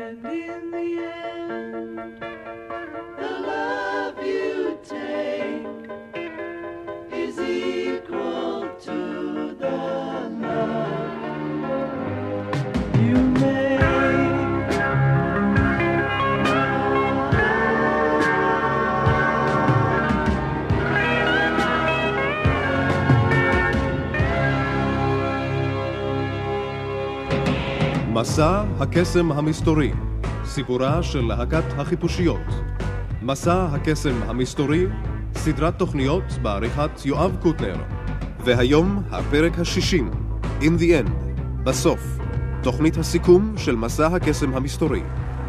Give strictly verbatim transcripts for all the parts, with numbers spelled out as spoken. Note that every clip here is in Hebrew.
And in the end, the love you take is equal to the love you make. מסע הקסם המסתורי, סיפורה של להקת החיפושיות. מסע הקסם המסתורי, סדרת תוכניות בעריכת יואב קוטנר. והיום הפרק השישים, In the End, בסוף, תוכנית הסיכום של מסע הקסם המסתורי.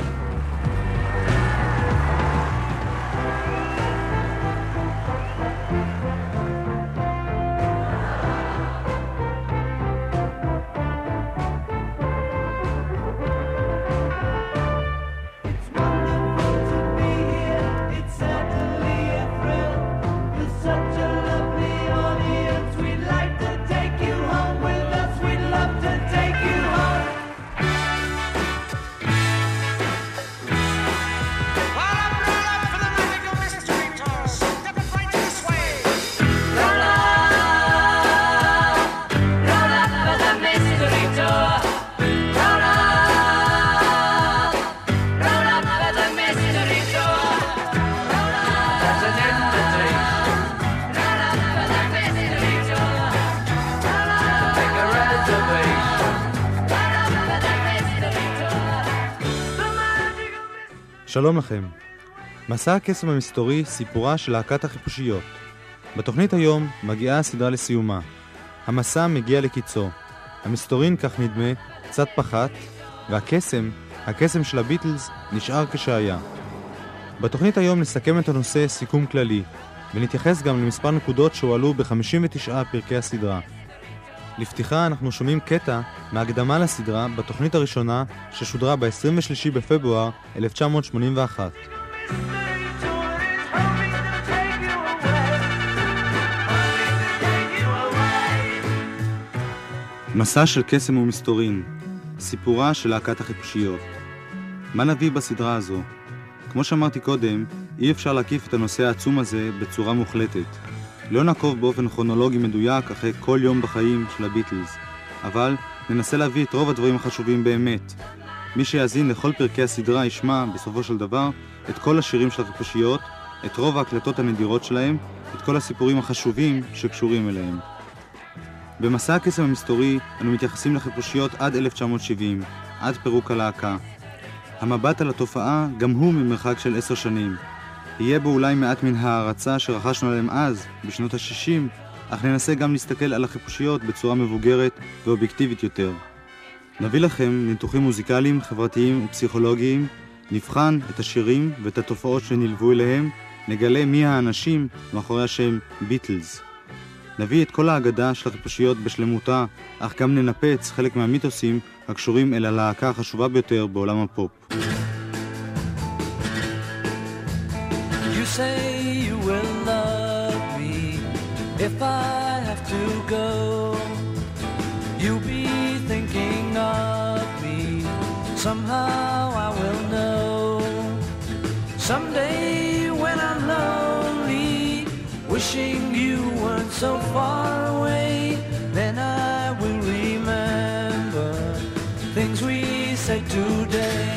שלום לכם. מסע הקסם המסתורי, סיפורה של להקת החיפושיות. בתוכנית היום מגיעה הסדרה לסיומה. המסע מגיע לקיצו. המסתורין, כך נדמה, קצת פחת, והקסם, הקסם של הביטלס, נשאר כשהיה. בתוכנית היום נסכם את הנושא סיכום כללי, ונתייחס גם למספר נקודות שהועלו ב-חמישים ותשעה פרקי הסדרה. לפתיחה אנחנו שומעים קטע מהקדמה לסדרה בתוכנית הראשונה ששודרה ב-עשרים ושלושה בפברואר אלף תשע מאות שמונים ואחת. מסע של קסם ומסתורין, סיפורה של להקת החיפושיות. מה נביא בסדרה הזו? כמו שאמרתי קודם, אי אפשר להקיף את הנושא העצום הזה בצורה מוחלטת. לא נעקוב באופן כרונולוגי מדויק אחרי כל יום בחיים של הביטלס, אבל ננסה להביא את רוב הדברים החשובים באמת. מי שיאזין לכל פרקי הסדרה ישמע בסופו של דבר את כל השירים של החיפושיות, את רוב ההקלטות הנדירות שלהם, את כל הסיפורים החשובים שקשורים אליהם. במסע הקסם המסתורי אנו מתייחסים לחיפושיות עד אלף תשע מאות שבעים, עד פירוק הלהקה. המבט על התופעה גם הוא ממרחק של עשר שנים. יהיה בו אולי מעט מן הערצה שרכשנו עליהם אז, בשנות ה-שישים, אך ננסה גם להסתכל על החיפושיות בצורה מבוגרת ואובייקטיבית יותר. נביא לכם ניתוחים מוזיקליים, חברתיים ופסיכולוגיים, נבחן את השירים ואת התופעות שנלוו אליהם, נגלה מי האנשים מאחורי השם ביטלס. נביא את כל ההגדה של החיפושיות בשלמותה, אך גם ננפץ חלק מהמיתוסים הקשורים אל הלהקה החשובה ביותר בעולם הפופ. You say you will love me if I have to go. You'll be thinking of me. Somehow I will know. Someday when I'm lonely, wishing you weren't so far away, then I will remember things we said today.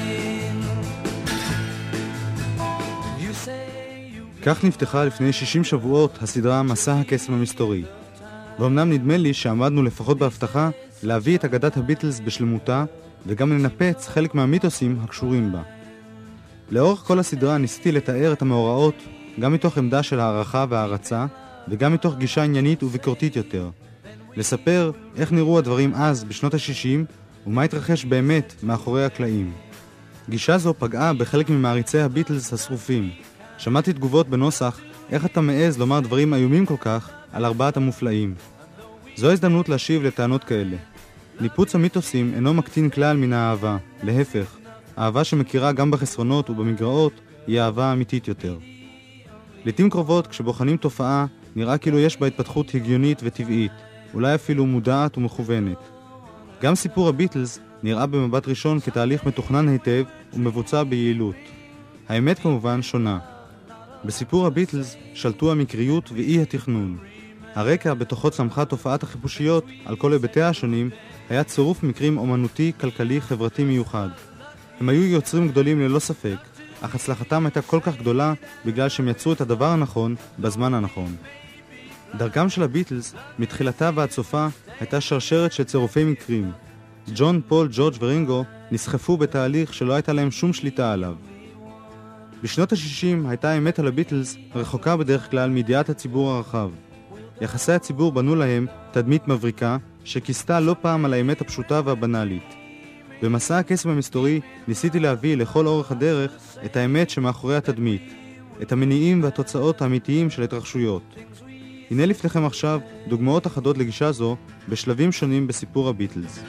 You say כך נפתחה לפני שישים שבועות הסדרה מסע הקסם המסתורי. ואומנם נדמה לי שעמדנו לפחות בהבטחה להביא את אגדת הביטלס בשלמותה וגם לנפץ חלק מהמיתוסים הקשורים בה. לאורך כל הסדרה ניסיתי לתאר את המאורעות גם מתוך עמדה של הערכה והערצה וגם מתוך גישה עניינית וביקורתית יותר. לספר איך נראו הדברים אז בשנות ה-שישים ומה התרחש באמת מאחורי הקלעים. גישה זו פגעה בחלק ממעריצי הביטלס השרופים. שמעתי תגובות בנוסח, איך אתה מעז לומר דברים איומים כל כך על ארבעת המופלאים. זו הזדמנות להשיב לטענות כאלה. ניפוץ המיתוסים אינו מקטין כלל מן האהבה, להפך, האהבה שמכירה גם בחסרונות ובמגרעות היא אהבה אמיתית יותר. לעתים קרובות כשבוחנים תופעה נראה כאילו יש בה התפתחות הגיונית וטבעית, אולי אפילו מודעת ומכוונת. גם סיפור הביטלס נראה במבט ראשון כתהליך מתוכנן היטב ומבוצע ביעילות. האמת כמובן שונה. בסיפור הביטלס שלטו המקריות ואי התכנון. הרקע בתוכו צמחה תופעת החיפושיות על כל היבטיה השונים היה צירוף מקרים אומנותי, כלכלי, חברתי מיוחד. הם היו יוצרים גדולים ללא ספק, אך הצלחתם הייתה כל כך גדולה בגלל שהם יצרו את הדבר הנכון בזמן הנכון. דרכם של הביטלס, מתחילתה ועד סופה, הייתה שרשרת של צירופי מקרים. ג'ון, פול, ג'ורג' ורינגו נסחפו בתהליך שלא הייתה להם שום שליטה עליו. בשנות ה-שישים הייתה האמת על הביטלס רחוקה בדרך כלל מידיעת הציבור הרחב. יחסי הציבור בנו להם תדמית מבריקה שכיסתה לא פעם על האמת הפשוטה והבנאלית. במסע הקסם המסתורי ניסיתי להביא לכל אורך הדרך את האמת שמאחורי התדמית, את המניעים והתוצאות האמיתיים של התרחשויות. הנה לפניכם עכשיו דוגמאות אחדות לגישה זו בשלבים שונים בסיפור הביטלס.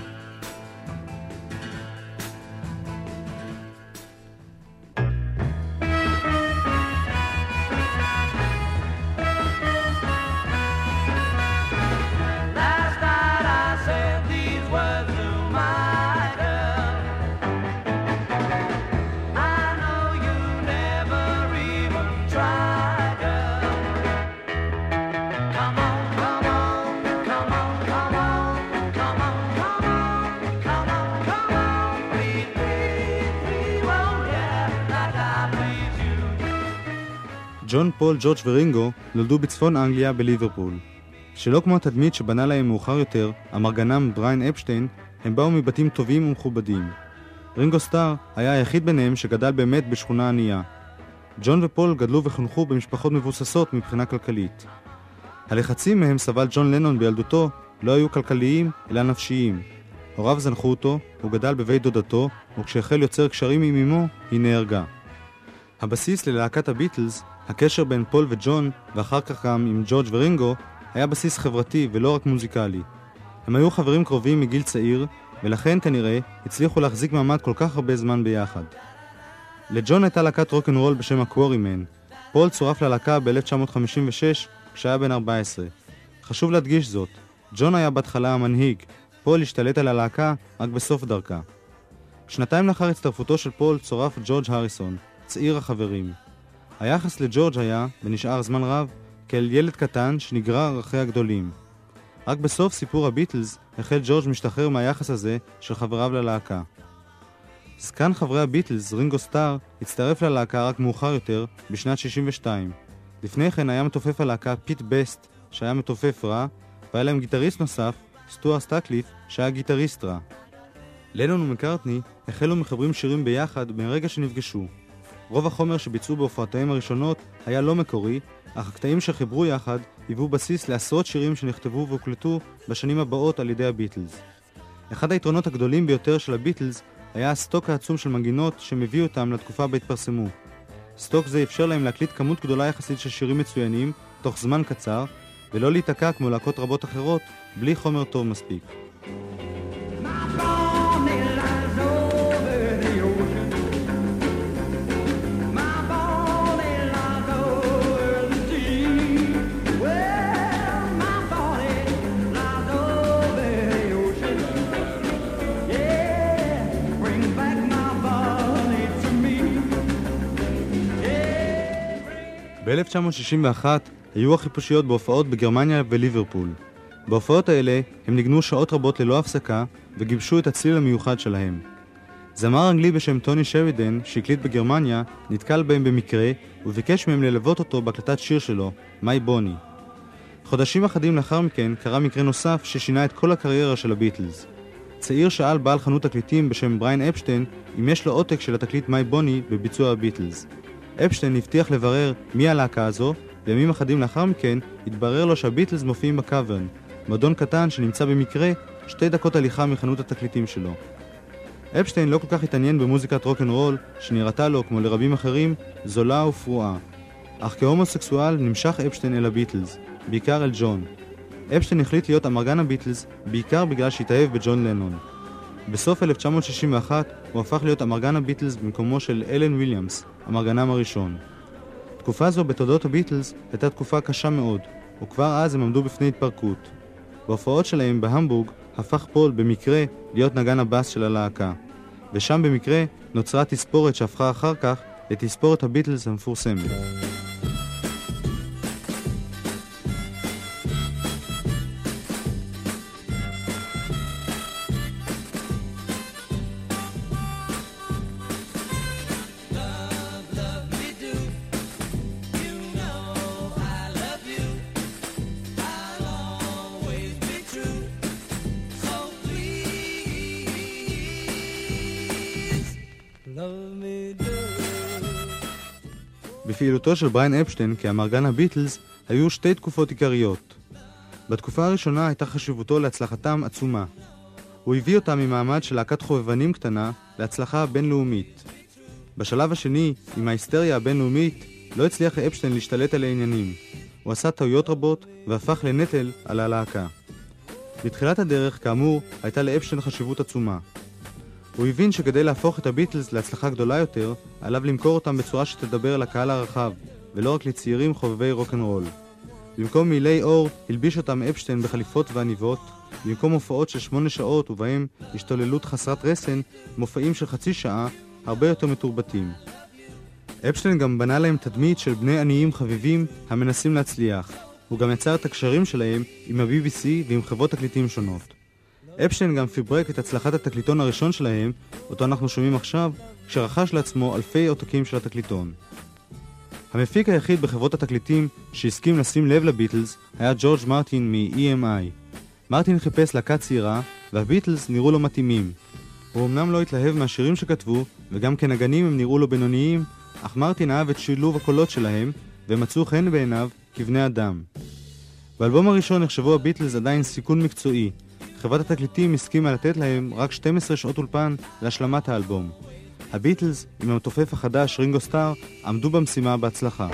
ג'ון, פול, ג'ורג' ורינגו נולדו בצפון אנגליה בליברפול. שלא כמו התדמית שבנה להם מאוחר יותר, המרגנם בריין אפשטיין, הם באו מבתים טובים ומכובדים. רינגו סטאר היה היחיד ביניהם שגדל באמת בשכונה ענייה. ג'ון ופול גדלו וחונכו במשפחות מבוססות מבחינה כלכלית. הלחצים מהם סבל ג'ון לנון בילדותו לא היו כלכליים אלא נפשיים. הוריו זנחו אותו, הוא גדל בבית דודתו, וכשהחל יוצר קשרים עם אמו, היא נהרגה. הבסיס ללהקת הביטלס, הקשר בין פול וג'ון, ואחר כך גם עם ג'ורג' ורינגו, היה בסיס חברתי ולא רק מוזיקלי. הם היו חברים קרובים מגיל צעיר, ולכן כנראה הצליחו להחזיק מעמד כל כך הרבה זמן ביחד. לג'ון הייתה להקת רוק'נ'רול בשם הקוורימן. פול צורף ללהקה ב-אלף תשע מאות חמישים ושש כשהיה בן ארבע עשרה. חשוב להדגיש זאת, ג'ון היה בהתחלה המנהיג, פול השתלט על הלהקה רק בסוף דרכה. שנתיים לאחר הצטרפותו של פול צורף ג'ורג' הריסון, צעיר החברים. היחס לג'ורג' היה, ונשאר זמן רב, כאל ילד קטן שנגרר אחרי הגדולים. רק בסוף סיפור הביטלס החל ג'ורג' משתחרר מהיחס הזה של חבריו ללהקה. זקן חברי הביטלס, רינגו סטאר, הצטרף ללהקה רק מאוחר יותר, בשנת שישים ושתיים. לפני כן היה מתופף הלהקה פיט בסט, שהיה מתופף רע, והיה להם גיטריסט נוסף, סטוארט סטקליף, שהיה גיטריסט רע. לנון ומקארטני החלו מחברים שירים ביחד מרגע שנפגשו. רוב החומר שביצעו בהופעותיהם הראשונות היה לא מקורי, אך הקטעים שחיברו יחד היוו בסיס לעשרות שירים שנכתבו והוקלטו בשנים הבאות על ידי הביטלס. אחד היתרונות הגדולים ביותר של הביטלס היה הסטוק העצום של מנגינות שהם הביאו אותם לתקופה בה התפרסמו. סטוק זה אפשר להם להקליט כמות גדולה יחסית של שירים מצוינים תוך זמן קצר, ולא להיתקע כמו להקות רבות אחרות בלי חומר טוב מספיק. ב-אלף תשע מאות שישים ואחת היו החיפושיות בהופעות בגרמניה וליברפול. בהופעות האלה הם ניגנו שעות רבות ללא הפסקה וגיבשו את הצליל המיוחד שלהם. זמר אנגלי בשם טוני שרידן, שהקליט בגרמניה, נתקל בהם במקרה וביקש מהם ללוות אותו בהקלטת שיר שלו, מיי בוני. חודשים אחדים לאחר מכן קרה מקרה נוסף ששינה את כל הקריירה של הביטלס. צעיר שאל בעל חנות תקליטים בשם בריין אפשטיין אם יש לו עותק של התקליט מיי בוני בביצוע הביטלס. אפשטיין הבטיח לברר מי הלהקה הזו, וימים אחדים לאחר מכן התברר לו שהביטלס מופיעים בקאברן, מועדון קטן שנמצא במקרה שתי דקות הליכה מחנות התקליטים שלו. אפשטיין לא כל כך התעניין במוזיקת רוק'נ'רול, שנראתה לו, כמו לרבים אחרים, זולה ופרועה. אך כהומוסקסואל נמשך אפשטיין אל הביטלס, בעיקר אל ג'ון. אפשטיין החליט להיות אמרגן הביטלס, בעיקר בגלל שהתאהב בג'ון לנון. בסוף אלף תשע מאות שישים ואחת הוא הפך להיות אמרגן הביטלס במקומו של אלן וויליאמס, אמרגנם הראשון. תקופה זו בתולדות הביטלס הייתה תקופה קשה מאוד, וכבר אז הם עמדו בפני התפרקות. בהופעות שלהם בהמבורג הפך פול במקרה להיות נגן הבאס של הלהקה, ושם במקרה נוצרה תספורת שהפכה אחר כך לתספורת הביטלס המפורסמת. בפעילותו של בריין אפשטיין כאמרגן הביטלס היו שתי תקופות עיקריות. בתקופה הראשונה הייתה חשיבותו להצלחתם עצומה. הוא הביא אותה ממעמד של להקת חובבנים קטנה להצלחה בינלאומית. בשלב השני, עם ההיסטריה הבינלאומית, לא הצליח אפשטיין להשתלט על העניינים. הוא עשה טעויות רבות והפך לנטל על הלהקה. בתחילת הדרך, כאמור, הייתה לאפשטיין חשיבות עצומה. הוא הבין שכדי להפוך את הביטלס להצלחה גדולה יותר, עליו למכור אותם בצורה שתדבר לקהל הרחב, ולא רק לצעירים חובבי רוק'נ'רול. במקום מילי אור, הלביש אותם אפשטיין בחליפות ועניבות, במקום מופעות של שמונה שעות ובהם השתוללות חסרת רסן, מופעים של חצי שעה, הרבה יותר מתורבתים. אפשטיין גם בנה להם תדמית של בני עניים חביבים המנסים להצליח. הוא גם יצר את הקשרים שלהם עם ה-בי בי סי ועם חברות תקליטים שונות. אפשטיין גם פיברק את הצלחת התקליטון הראשון שלהם, אותו אנחנו שומעים עכשיו, כשרכש לעצמו אלפי עותקים של התקליטון. המפיק היחיד בחברות התקליטים שהסכים לשים לב לביטלס היה ג'ורג' מרטין מ-אי אם איי. מרטין חיפש להקה צעירה, והביטלס נראו לו מתאימים. הוא אמנם לא התלהב מהשירים שכתבו, וגם כנגנים הם נראו לו בינוניים, אך מרטין אהב את שילוב הקולות שלהם, ומצאו חן בעיניו כבני אדם. באלבום הראשון נחשבו הביטלס עדיין סיכון מקצועי. חברת התקליטים הסכימה לתת להם רק שתים עשרה שעות אולפן להשלמת האלבום. הביטלס, עם המתופף החדש רינגו סטאר, עמדו במשימה בהצלחה.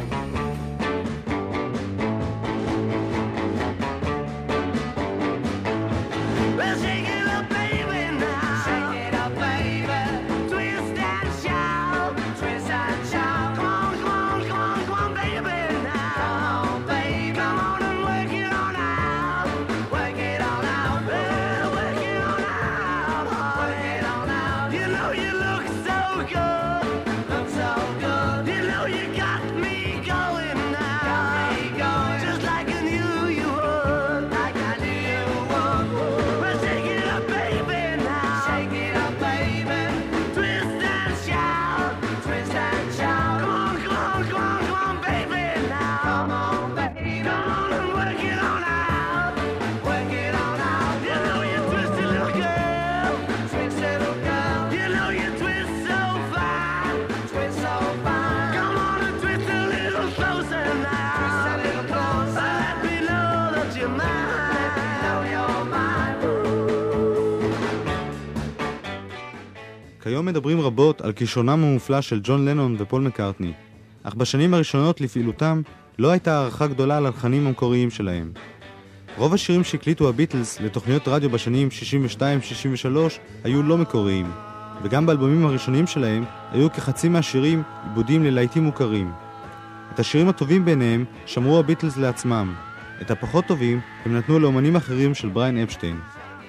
כיום מדברים רבות על כישרונם המופלא של ג'ון לנון ופול מקארטני, אך בשנים הראשונות לפעילותם לא הייתה הערכה גדולה על הלחנים המקוריים שלהם. רוב השירים שהקליטו הביטלס לתוכניות רדיו בשנים שישים ושתיים שישים ושלוש היו לא מקוריים, וגם באלבומים הראשונים שלהם היו כחצי מהשירים עיבודים ללהיטים מוכרים. את השירים הטובים ביניהם שמרו הביטלס לעצמם, את הפחות טובים הם נתנו לאומנים אחרים של בריין אפשטיין.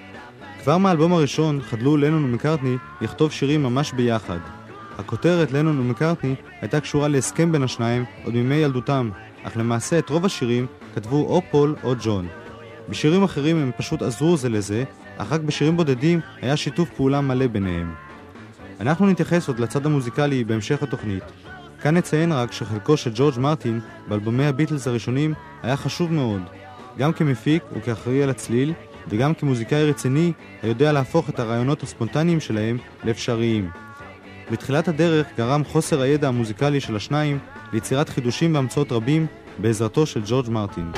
כבר מהאלבום הראשון חדלו לנון ומקארטני לכתוב שירים ממש ביחד. הכותרת לנון ומקארטני הייתה קשורה להסכם בין השניים עוד מימי ילדותם, אך למעשה את רוב השירים כתבו או פול או ג'ון. בשירים אחרים הם פשוט עזרו זה לזה, אך רק בשירים בודדים היה שיתוף פעולה מלא ביניהם. אנחנו נתייחס עוד לצד המוזיקלי בהמשך התוכנית. כאן נציין רק שחלקו של ג'ורג' מרטין באלבומי הביטלס הראשונים היה חשוב מאוד, גם כמפיק וכאחראי על הצליל, וגם כמוזיקאי רציני היודע להפוך את הרעיונות הספונטניים שלהם לאפשריים. בתחילת הדרך גרם חוסר הידע המוזיקלי של השניים ליצירת חידושים והמצאות רבים בעזרתו של ג'ורג' מרטין.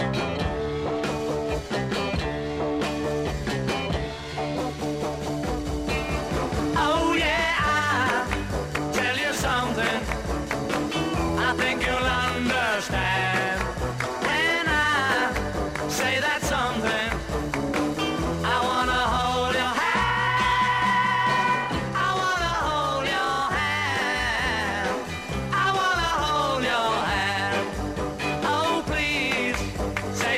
Say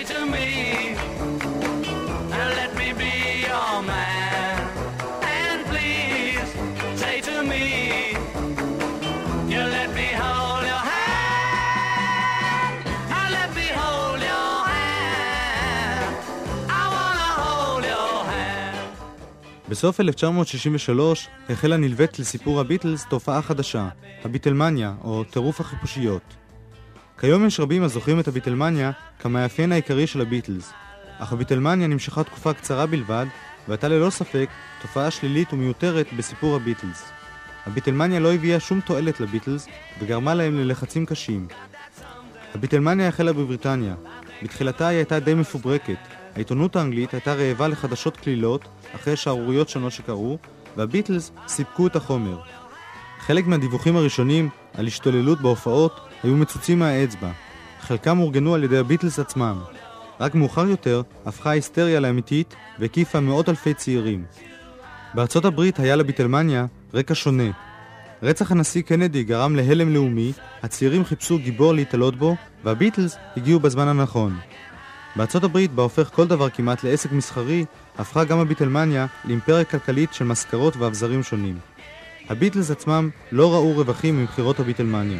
בסוף אלף תשע מאות שישים ושלוש החלה נלווית לסיפור הביטלס תופעה חדשה, הביטלמניה או טירוף החיפושיות. כיום יש רבים הזוכרים את הביטלמניה כמאפיין העיקרי של הביטלס, אך הביטלמניה נמשכה תקופה קצרה בלבד והייתה ללא ספק תופעה שלילית ומיותרת בסיפור הביטלס. הביטלמניה לא הביאה שום תועלת לביטלס וגרמה להם ללחצים קשים. הביטלמניה החלה בבריטניה. בתחילתה היא הייתה די מפוברקת. העיתונות האנגלית הייתה רעבה לחדשות כלילות אחרי שערוריות שונות שקרו, והביטלס סיפקו את החומר. חלק מהדיווחים הראשונים על השתוללות בהופעות היו מצוצים מהאצבע. חלקם אורגנו על ידי הביטלס עצמם. רק מאוחר יותר הפכה ההיסטריה לאמיתית והקיפה מאות אלפי צעירים. בארצות הברית היה לביטלמניה רקע שונה. רצח הנשיא קנדי גרם להלם לאומי, הצעירים חיפשו גיבור להתעלות בו, והביטלס הגיעו בזמן הנכון. בארצות הברית, בה הופך כל דבר כמעט לעסק מסחרי, הפכה גם הביטלמניה לאימפריה כלכלית של מזכרות ואבזרים שונים. הביטלס עצמם לא ראו רווחים ממחירות הביטלמניה.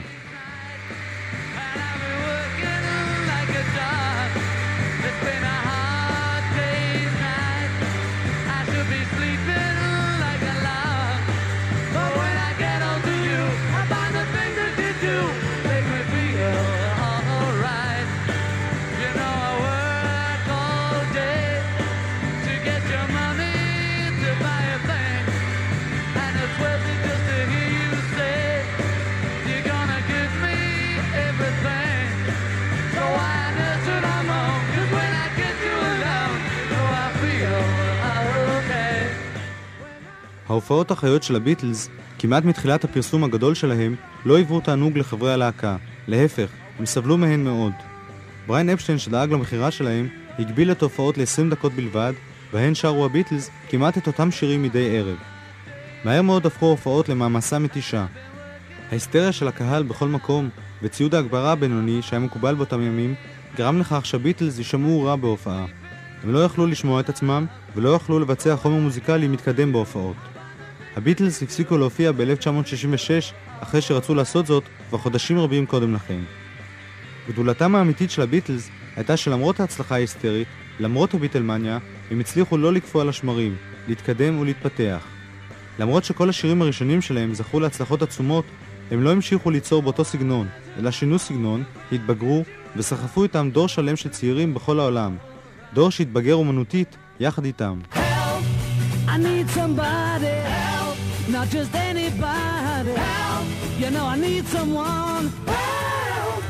ההופעות החיות של הביטלס, כמעט מתחילת הפרסום הגדול שלהם, לא היוו תענוג לחברי הלהקה. להפך, הם סבלו מהן מאוד. בריין אפשטיין שדאג למחירה שלהם, הגביל את ההופעות ל-עשרים דקות בלבד, בהן שרו הביטלס כמעט את אותם שירים מדי ערב. מהר מאוד הפכו ההופעות למעמסה מתישה. ההיסטריה של הקהל בכל מקום, וציוד ההגברה הבינוני שהיה מקובל באותם ימים, גרם לכך שהביטלס יישמעו רע בהופעה. הם לא יכלו לשמוע את עצמם, ולא יכלו לבצע חומר מוזיקלי מתקדם בהופעות. הביטלס הפסיקו להופיע ב-אלף תשע מאות שישים ושש, אחרי שרצו לעשות זאת כבר חודשים רבים קודם לכן. גדולתם האמיתית של הביטלס הייתה שלמרות ההצלחה ההיסטרית, למרות הביטלמניה, הם הצליחו לא לקפוא על השמרים, להתקדם ולהתפתח. למרות שכל השירים הראשונים שלהם זכו להצלחות עצומות, הם לא המשיכו ליצור באותו סגנון, אלא שינו סגנון, התבגרו וסחפו איתם דור שלם של צעירים בכל העולם. דור שהתבגר אומנותית יחד איתם. Help, I need somebody. Help, not just anybody. Help, you know I need someone. Help.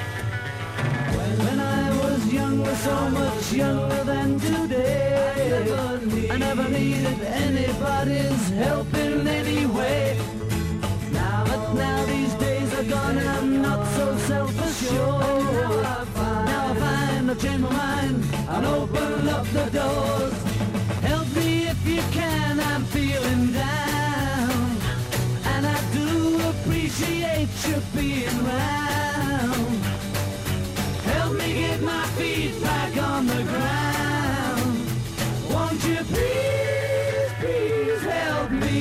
When I was younger, so much younger than today, I never, need, I never needed anybody's help in any way. Now, but now these days are gone and I'm not so self-assured. Now I find, now I find I've changed my mind and open up the doors. Help me if you can, I'm feeling down, and I do appreciate you being round. Help me get my feet back on the ground. Won't you please, please help me?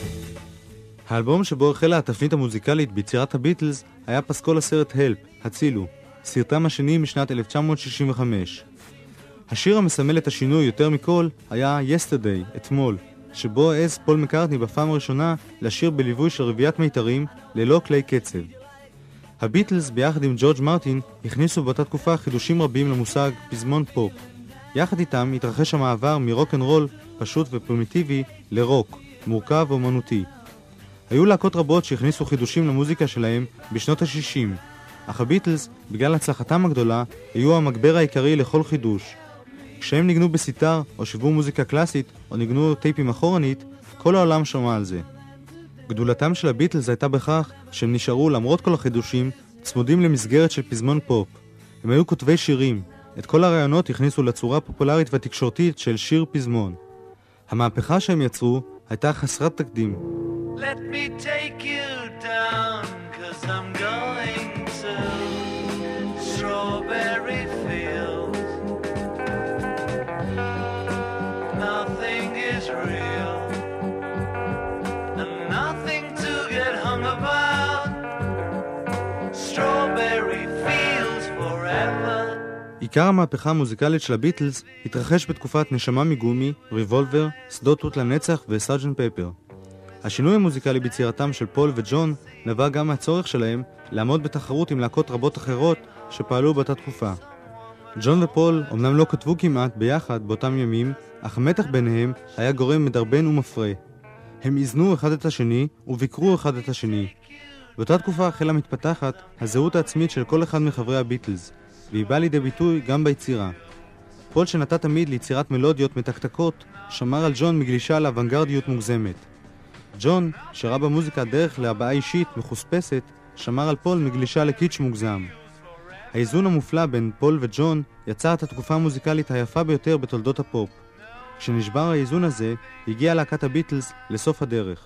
האלבום שבו החלה התפנית המוזיקלית ביצירת הביטלס היה פסקול הסרט הלפ, הצילו, סרטם השני משנת אלף תשע מאות שישים וחמש. השיר המסמל את השינוי יותר מכל היה Yesterday, אתמול, שבו העז פול מקרטני בפעם הראשונה לשיר בליווי של רביעיית מיתרים ללא כלי קצב. הביטלס ביחד עם ג'ורג' מרטין הכניסו באותה תקופה חידושים רבים למושג פזמון פופ. יחד איתם התרחש המעבר מרוק אנד רול פשוט ופרימיטיבי לרוק, מורכב ואומנותי. היו להקות רבות שהכניסו חידושים למוזיקה שלהם בשנות ה-שישים, אך הביטלס, בגלל הצלחתם הגדולה, היו המגבר העיקרי לכל חידוש. כשהם ניגנו בסיטר, או שיוו מוזיקה קלאסית, או ניגנו טייפים אחורנית, כל העולם שמע על זה. גדולתם של הביטלס הייתה בכך שהם נשארו, למרות כל החידושים, צמודים למסגרת של פזמון פופ. הם היו כותבי שירים. את כל הרעיונות הכניסו לצורה פופולרית והתקשורתית של שיר פזמון. המהפכה שהם יצרו הייתה חסרת תקדים. Let me take you down, 'cause I'm going to strawberry fields. Nothing is real, and nothing to get hung about. Strawberry fields forever. עיקר המהפכה המוזיקלית של הביטלס התרחש בתקופת נשמה מגומי, ריבולבר, שדות תות לנצח וסארג'נט פפר. השינוי המוזיקלי ביצירתם של פול וג'ון נבע גם מהצורך שלהם לעמוד בתחרות עם להקות רבות אחרות שפעלו באותה תקופה. ג'ון ופול אמנם לא כתבו כמעט ביחד באותם ימים, אך המתח ביניהם היה גורם מדרבן ומפרה. הם איזנו אחד את השני וביקרו אחד את השני. באותה תקופה החלה מתפתחת הזהות העצמית של כל אחד מחברי הביטלס, והיא באה לידי ביטוי גם ביצירה. פול שנטה תמיד ליצירת מלודיות מתקתקות, שמר על ג'ון מגלישה לאוונגרדיות מוגזמת. ג'ון, שראה במוזיקה דרך להבעה אישית מחוספסת, שמר על פול מגלישה לקיץ' מוגזם. האיזון המופלא בין פול וג'ון יצר את התקופה המוזיקלית היפה ביותר בתולדות הפופ. כשנשבר האיזון הזה, הגיעה להקת הביטלס לסוף הדרך.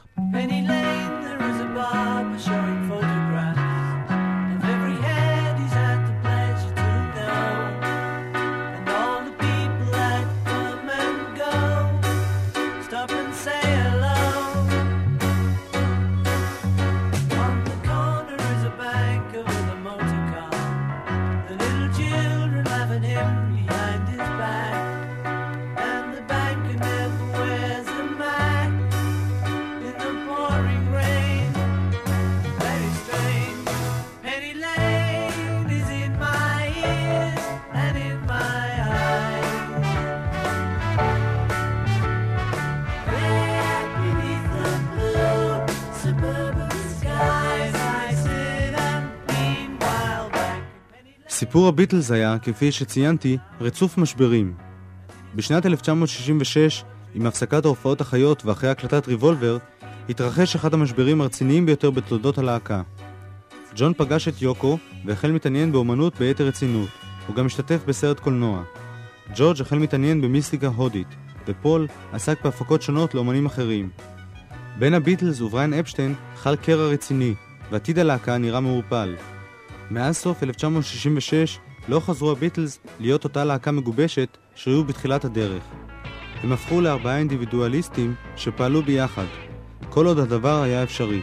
סיפור הביטלס היה, כפי שציינתי, רצוף משברים. בשנת אלף תשע מאות שישים ושש, עם הפסקת ההופעות החיות ואחרי הקלטת ריבולבר, התרחש אחד המשברים הרציניים ביותר בתולדות הלהקה. ג'ון פגש את יוקו והחל מתעניין באומנות ביתר רצינות. הוא גם השתתף בסרט קולנוע. ג'ורג' החל מתעניין במיסטיקה הודית, ופול עסק בהפקות שונות לאומנים אחרים. בין הביטלס ובריין אפשטיין חל קרע רציני, ועתיד הלהקה נראה מעורפל. מאז סוף אלף תשע מאות שישים ושש לא חזרו הביטלס להיות אותה להקה מגובשת שהיו בתחילת הדרך. הם הפכו לארבעה אינדיבידואליסטים שפעלו ביחד, כל עוד הדבר היה אפשרי.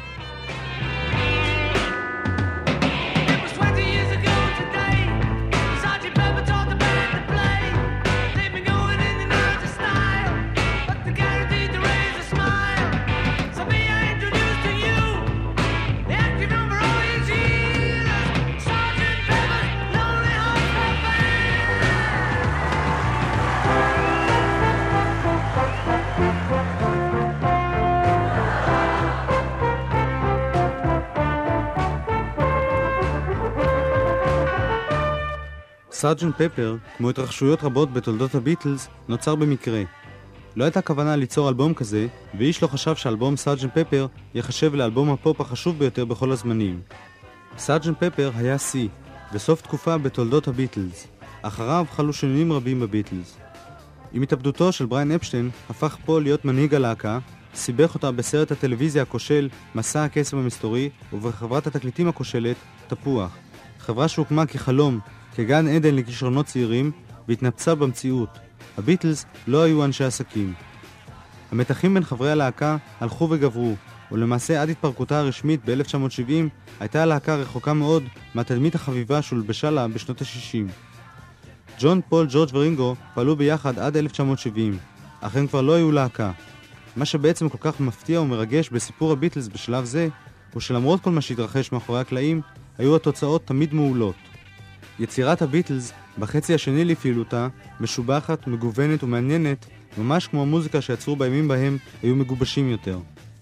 סארג'נט פפר, כמו התרחשויות רבות בתולדות הביטלס, נוצר במקרה. לא הייתה כוונה ליצור אלבום כזה, ואיש לא חשב שאלבום סארג'נט פפר יחשב לאלבום הפופ החשוב ביותר בכל הזמנים. סארג'נט פפר היה סי, בסוף תקופה בתולדות הביטלס. אחריו חלו שינויים רבים בביטלס. עם התאבדותו של בריין אפשטיין, הפך פול להיות מנהיג הלהקה, סיבך אותה בסרט הטלוויזיה הכושל, מסע הקסם המסתורי, ובחברת התקליטים הכושלת, תפוח. חברה שהוקמה כחלום, כגן עדן לכישרונות צעירים, והתנפצה במציאות. הביטלס לא היו אנשי עסקים. המתחים בין חברי הלהקה הלכו וגברו, ולמעשה עד התפרקותה הרשמית ב-אלף תשע מאות שבעים, הייתה הלהקה רחוקה מאוד מהתדמית החביבה שהולבשה לה בשנות ה-שישים. ג'ון, פול, ג'ורג' ורינגו פעלו ביחד עד אלף תשע מאות שבעים, אך הם כבר לא היו להקה. מה שבעצם כל כך מפתיע ומרגש בסיפור הביטלס בשלב זה, הוא שלמרות כל מה שהתרחש מאחורי הקלעים, היו התוצאות תמיד מעולות. יצירת הביטלס, בחצי השני לפעילותה, משובחת, מגוונת ומעניינת, ממש כמו המוזיקה שיצרו בימים בהם היו מגובשים יותר.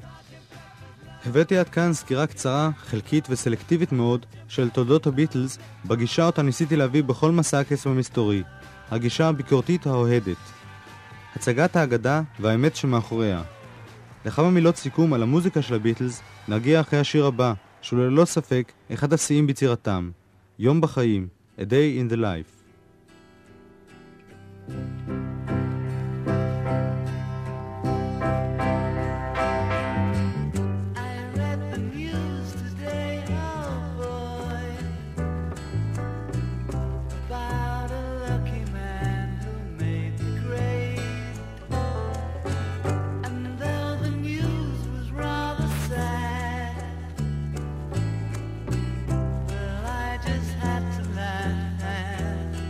הבאתי עד כאן סקירה קצרה, חלקית וסלקטיבית מאוד של תולדות הביטלס, בגישה אותה ניסיתי להביא בכל מסע הקסם המסתורי, הגישה הביקורתית האוהדת. הצגת האגדה והאמת שמאחוריה. לכמה מילות סיכום על המוזיקה של הביטלס, נגיע אחרי השיר הבא, שהוא ללא ספק אחד השיאים ביצירתם. יום בחיים, A Day in the Life. Well, I just had to laugh.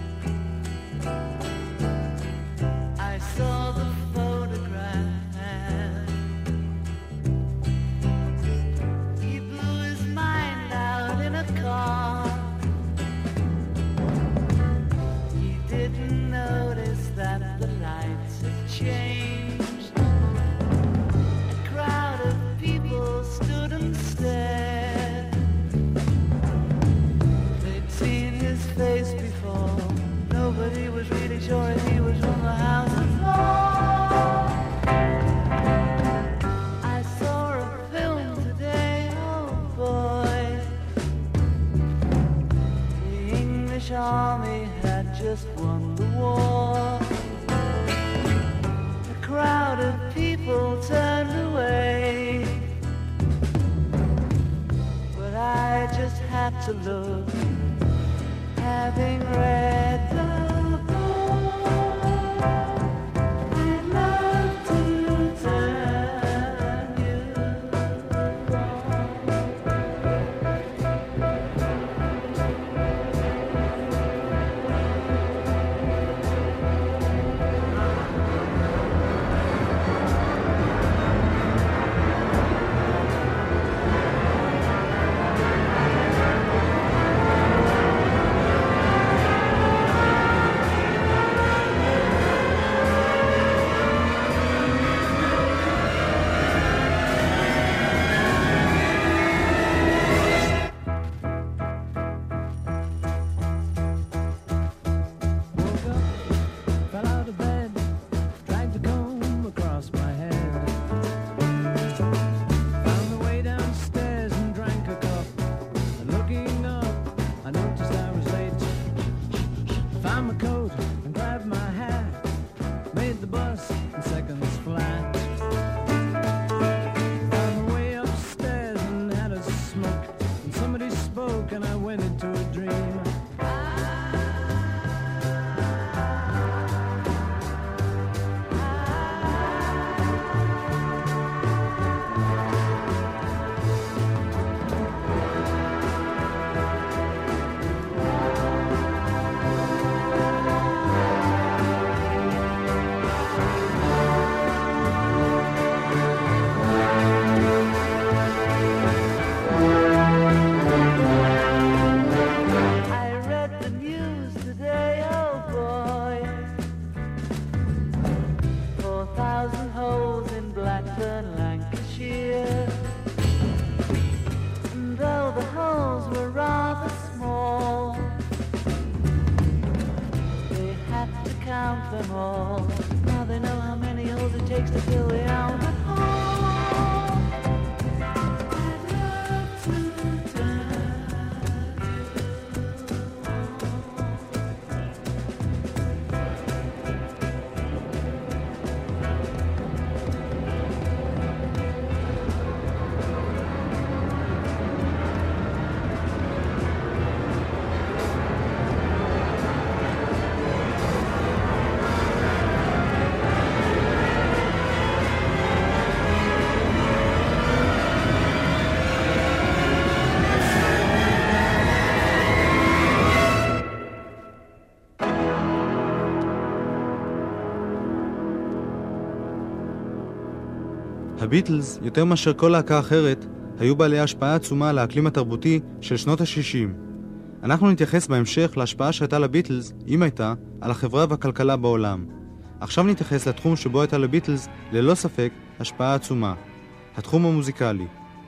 have to look, having read the הביטלס, יותר מאשר כל להקה אחרת, היו בעלי השפעה עצומה על האקלים התרבותי של שנות ה-שישים. אנחנו נתייחס בהמשך להשפעה שהייתה לביטלס, אם הייתה, על החברה והכלכלה בעולם. עכשיו נתייחס לתחום שבו הייתה לביטלס, ללא ספק, השפעה עצומה. התחום המוזיקלי.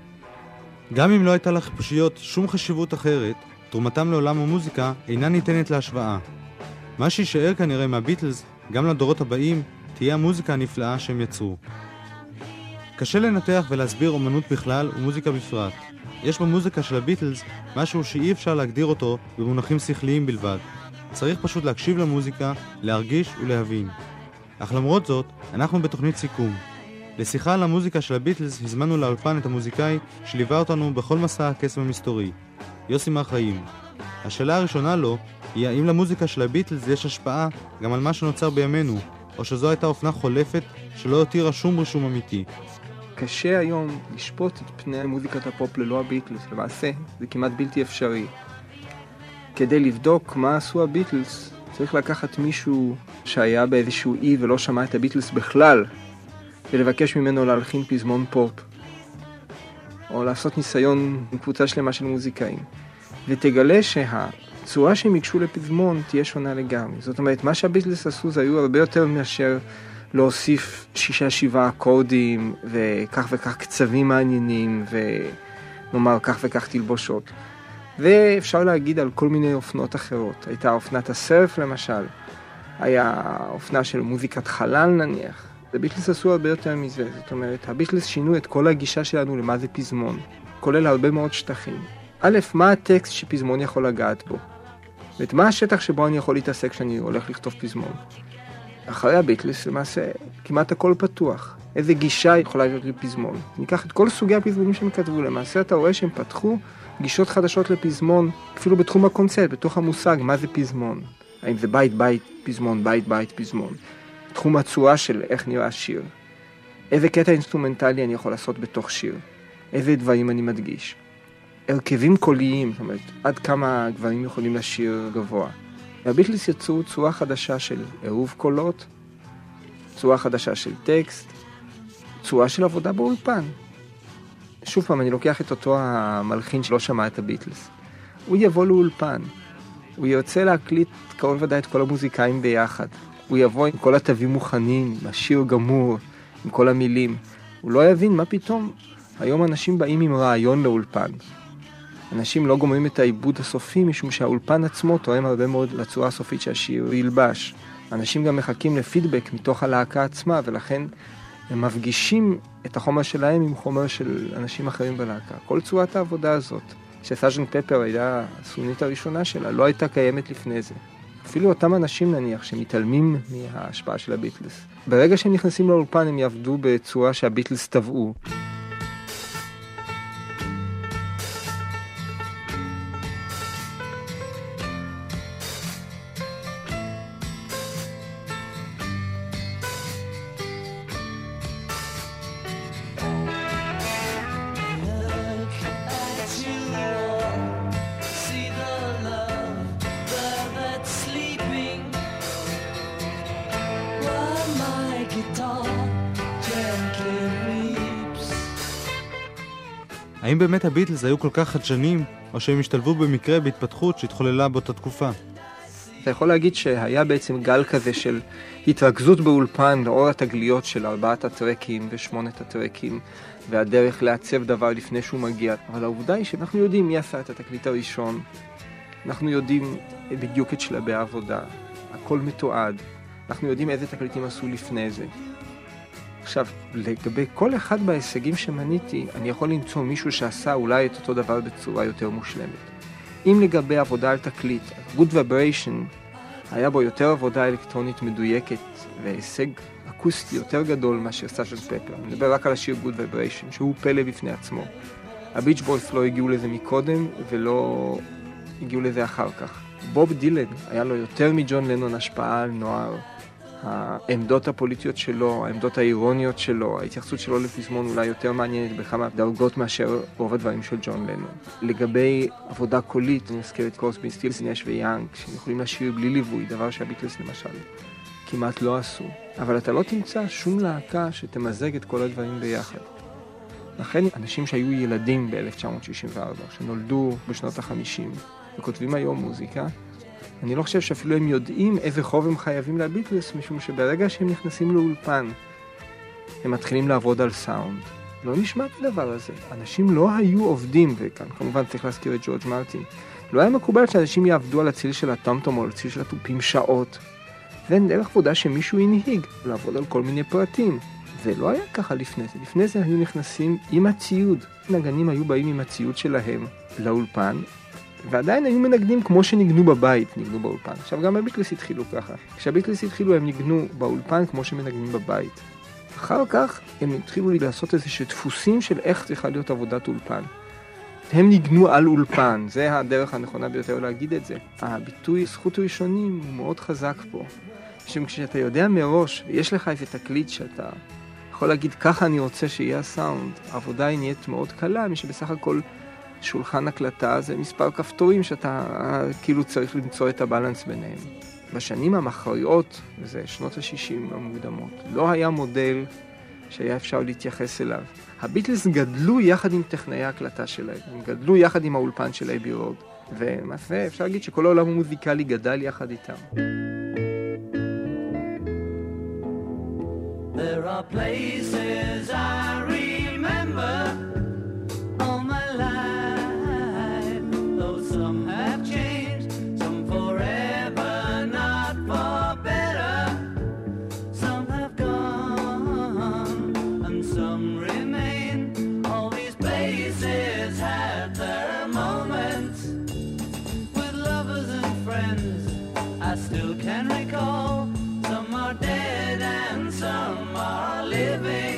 גם אם לא הייתה לחיפושיות שום חשיבות אחרת, תרומתם לעולם המוזיקה אינה ניתנת להשוואה. מה שישאר כנראה מהביטלס, גם לדורות הבאים, תהיה המוזיקה הנפלאה שהם יצרו. קשה לנתח ולהסביר אומנות בכלל ומוזיקה בפרט. יש במוזיקה של הביטלס משהו שאי אפשר להגדיר אותו במונחים שכליים בלבד. צריך פשוט להקשיב למוזיקה, להרגיש ולהבין. אך למרות זאת, אנחנו בתוכנית סיכום. לשיחה על המוזיקה של הביטלס הזמנו לאולפן את המוזיקאי שליווה אותנו בכל מסע הקסם המסתורי, יוסי מר חיים. השאלה הראשונה לו היא האם למוזיקה של הביטלס יש השפעה גם על מה שנוצר בימינו, או שזו הייתה אופנה חולפת שלא הותירה שום רישום אמיתי. קשה היום לשפוט את פני מוזיקת הפופ ללא הביטלס, למעשה זה כמעט בלתי אפשרי. כדי לבדוק מה עשו הביטלס, צריך לקחת מישהו שהיה באיזשהו אי ולא שמע את הביטלס בכלל, ולבקש ממנו להלחין פזמון פופ, או לעשות ניסיון עם קבוצה שלמה של מוזיקאים, ותגלה שהצורה שהם ייגשו לפזמון תהיה שונה לגמרי. זאת אומרת, מה שהביטלס עשו זה היו הרבה יותר מאשר להוסיף שישה שבעה אקורדים וכך וכך קצבים מעניינים ונאמר כך וכך תלבושות. ואפשר להגיד על כל מיני אופנות אחרות. הייתה אופנת הסרף למשל, היה אופנה של מוזיקת חלל נניח. הביטלס עשו הרבה יותר מזה. זאת אומרת, הביטלס שינו את כל הגישה שלנו למה זה פזמון, כולל הרבה מאוד שטחים. א', מה הטקסט שפזמון יכול לגעת בו? ואת מה השטח שבו אני יכול להתעסק כשאני הולך לכתוב פזמון? אחרי הביטלס למעשה כמעט הכל פתוח. איזה גישה יכולה להיות לפזמון. ניקח את כל סוגי הפזמונים שהם כתבו, למעשה אתה רואה שהם פתחו גישות חדשות לפזמון, אפילו בתחום הקונספט, בתוך המושג, מה זה פזמון. האם זה בית בית פזמון, בית בית פזמון. תחום הצורה של איך נראה שיר. איזה קטע אינסטרומנטלי אני יכול לעשות בתוך שיר. איזה דברים אני מדגיש. הרכבים קוליים, זאת אומרת, עד כמה דברים יכולים לשיר גבוה. והביטלס יצרו צורה חדשה של עירוב קולות, צורה חדשה של טקסט, צורה של עבודה באולפן. שוב פעם, אני לוקח את אותו המלחין שלא שמע את הביטלס. הוא יבוא לאולפן, הוא ירצה להקליט קרוב ודאי את כל המוזיקאים ביחד. הוא יבוא עם כל התווים מוכנים, עם השיר גמור, עם כל המילים. הוא לא יבין מה פתאום. היום אנשים באים עם רעיון לאולפן. אנשים לא גומרים את העיבוד הסופי, משום שהאולפן עצמו תואם הרבה מאוד לצורה הסופית שהשיר ילבש. אנשים גם מחכים לפידבק מתוך הלהקה עצמה, ולכן הם מפגישים את החומר שלהם עם חומר של אנשים אחרים בלהקה. כל צורת העבודה הזאת, שסארג'נט פפר הייתה הסנונית הראשונה שלה, לא הייתה קיימת לפני זה. אפילו אותם אנשים נניח שמתעלמים מההשפעה של הביטלס. ברגע שהם נכנסים לאולפן הם יעבדו בצורה שהביטלס טבעו. האם באמת הביטלס היו כל כך חדשנים, או שהם השתלבו במקרה בהתפתחות שהתחוללה באותה תקופה? אתה יכול להגיד שהיה בעצם גל כזה של התרכזות באולפן לאור התגליות של ארבעת הטרקים ושמונת הטרקים, והדרך לעצב דבר לפני שהוא מגיע. אבל העובדה היא שאנחנו יודעים מי עשה את התקליט הראשון, אנחנו יודעים בדיוק את שלבי העבודה, הכל מתועד, אנחנו יודעים איזה תקליטים עשו לפני זה. עכשיו, לגבי כל אחד בהישגים שמניתי, אני יכול למצוא מישהו שעשה אולי את אותו דבר בצורה יותר מושלמת. אם לגבי עבודה על תקליט, Good Vibration, היה בו יותר עבודה אלקטרונית מדויקת, והישג אקוסטי יותר גדול מאשר סארג'נט פפר. אני מדבר רק על השיר Good Vibration, שהוא פלא בפני עצמו. הביץ' בויס לא הגיעו לזה מקודם, ולא הגיעו לזה אחר כך. בוב דילן, היה לו יותר מג'ון לנון השפעה על נוער. העמדות הפוליטיות שלו, העמדות האירוניות שלו, ההתייחסות שלו לפזמון אולי יותר מעניינת בכמה דרגות מאשר רוב הדברים של ג'ון לנון. לגבי עבודה קולית, אני מזכיר את קורסבי, סטילס, נש ויאנג, שיכולים לשיר בלי ליווי, דבר שהביטלס למשל כמעט לא עשו. אבל אתה לא תמצא שום להקה שתמזג את כל הדברים ביחד. לכן אנשים שהיו ילדים ב-אלף תשע מאות שישים וארבע, שנולדו בשנות ה-חמישים, וכותבים היום מוזיקה, אני לא חושב שאפילו הם יודעים איזה חוב הם חייבים לביטלס, משום שברגע שהם נכנסים לאולפן, הם מתחילים לעבוד על סאונד. לא נשמע את הדבר הזה. אנשים לא היו עובדים, וכאן כמובן צריך להזכיר את ג'ורג' מרטין. לא היה מקובל שאנשים יעבדו על הציל של הטמטום או על הציל של התופים שעות. ואין דרך עבודה שמישהו ינהיג, לעבוד על כל מיני פרטים. זה לא היה ככה לפני זה. לפני זה היו נכנסים עם הציוד. נגנים היו באים עם הציוד שלהם לאולפן, ועדיין היו מנגנים כמו שניגנו בבית, ניגנו באולפן. עכשיו גם הביטלס התחילו ככה. כשהביטלס התחילו הם ניגנו באולפן כמו שמנגנים בבית. אחר כך הם התחילו לעשות איזה דפוסים של איך צריכה להיות עבודת אולפן. הם ניגנו על אולפן, זה הדרך הנכונה ביותר להגיד את זה. הביטוי זכות ראשונים הוא מאוד חזק פה. משום כשאתה יודע מראש, ויש לך איזה תקליט שאתה יכול להגיד ככה אני רוצה שיהיה הסאונד, העבודה היא נהיית מאוד קלה, מי שבסך הכל שולחן הקלטה זה מספר כפתורים שאתה כאילו צריך למצוא את הבלנס ביניהם. בשנים המכריעות, זה שנות ה-שישים המוקדמות, לא היה מודל שהיה אפשר להתייחס אליו. הביטלס גדלו יחד עם טכנאי ההקלטה שלהם, הם גדלו יחד עם האולפן של אייבי רוד, ומעשה אפשר להגיד שכל העולם המוזיקלי גדל יחד איתם. There are places I remember all my life, though some have changed, some forever, not for better. Some have gone and some remain. All these places had their moments with lovers and friends I still can recall. Some are dead and some are living.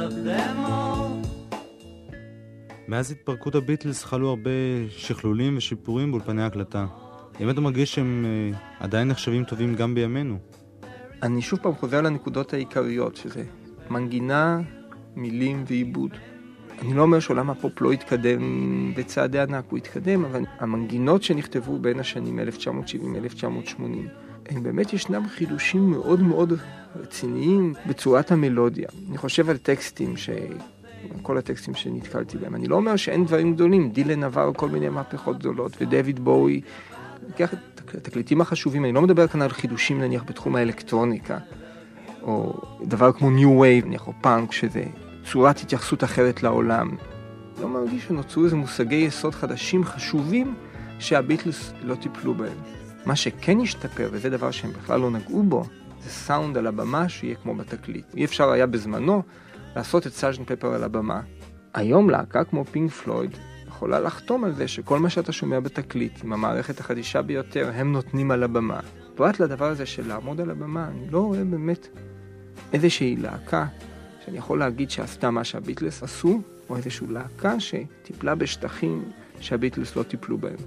love them all. מאז התפרקות הביטלס חלו הרבה שכלולים ושיפורים באולפני ההקלטה. האם אתה מרגיש שהם אה, עדיין נחשבים טובים גם בימינו? אני שוב פעם חוזר לנקודות העיקריות, שזה מנגינה, מילים ועיבוד. אני לא אומר שעולם הפופ לא התקדם בצעדי ענק, הוא התקדם, אבל המנגינות שנכתבו בין השנים אלף תשע מאות שבעים אלף תשע מאות שמונים, הם באמת ישנם חידושים מאוד מאוד רציניים בצורת המלודיה. אני חושב על טקסטים, ש... כל הטקסטים שנתקלתי בהם. אני לא אומר שאין דברים גדולים, דילן עבר כל מיני מהפכות גדולות, ודויד בואי, לקח את התקליטים החשובים, אני לא מדבר כאן על חידושים נניח בתחום האלקטרוניקה, או דבר כמו ניו וייב, נניח, או פאנק, שזה צורת התייחסות אחרת לעולם. לא מרגיש שנוצרו איזה מושגי יסוד חדשים חשובים שהביטלס לא טיפלו בהם. מה שכן השתפר, וזה דבר שהם בכלל לא נגעו בו, זה סאונד על הבמה שיהיה כמו בתקליט. אי אפשר היה בזמנו לעשות את סארג'נט פפר על הבמה. היום להקה כמו פינק פלויד יכולה לחתום על זה שכל מה שאתה שומע בתקליט, עם המערכת החדישה ביותר, הם נותנים על הבמה. פרט לדבר הזה של לעמוד על הבמה, אני לא רואה באמת איזושהי להקה שאני יכול להגיד שעשתה מה שהביטלס עשו, או איזושהי להקה שטיפלה בשטחים שהביטלס לא טיפלו בהם.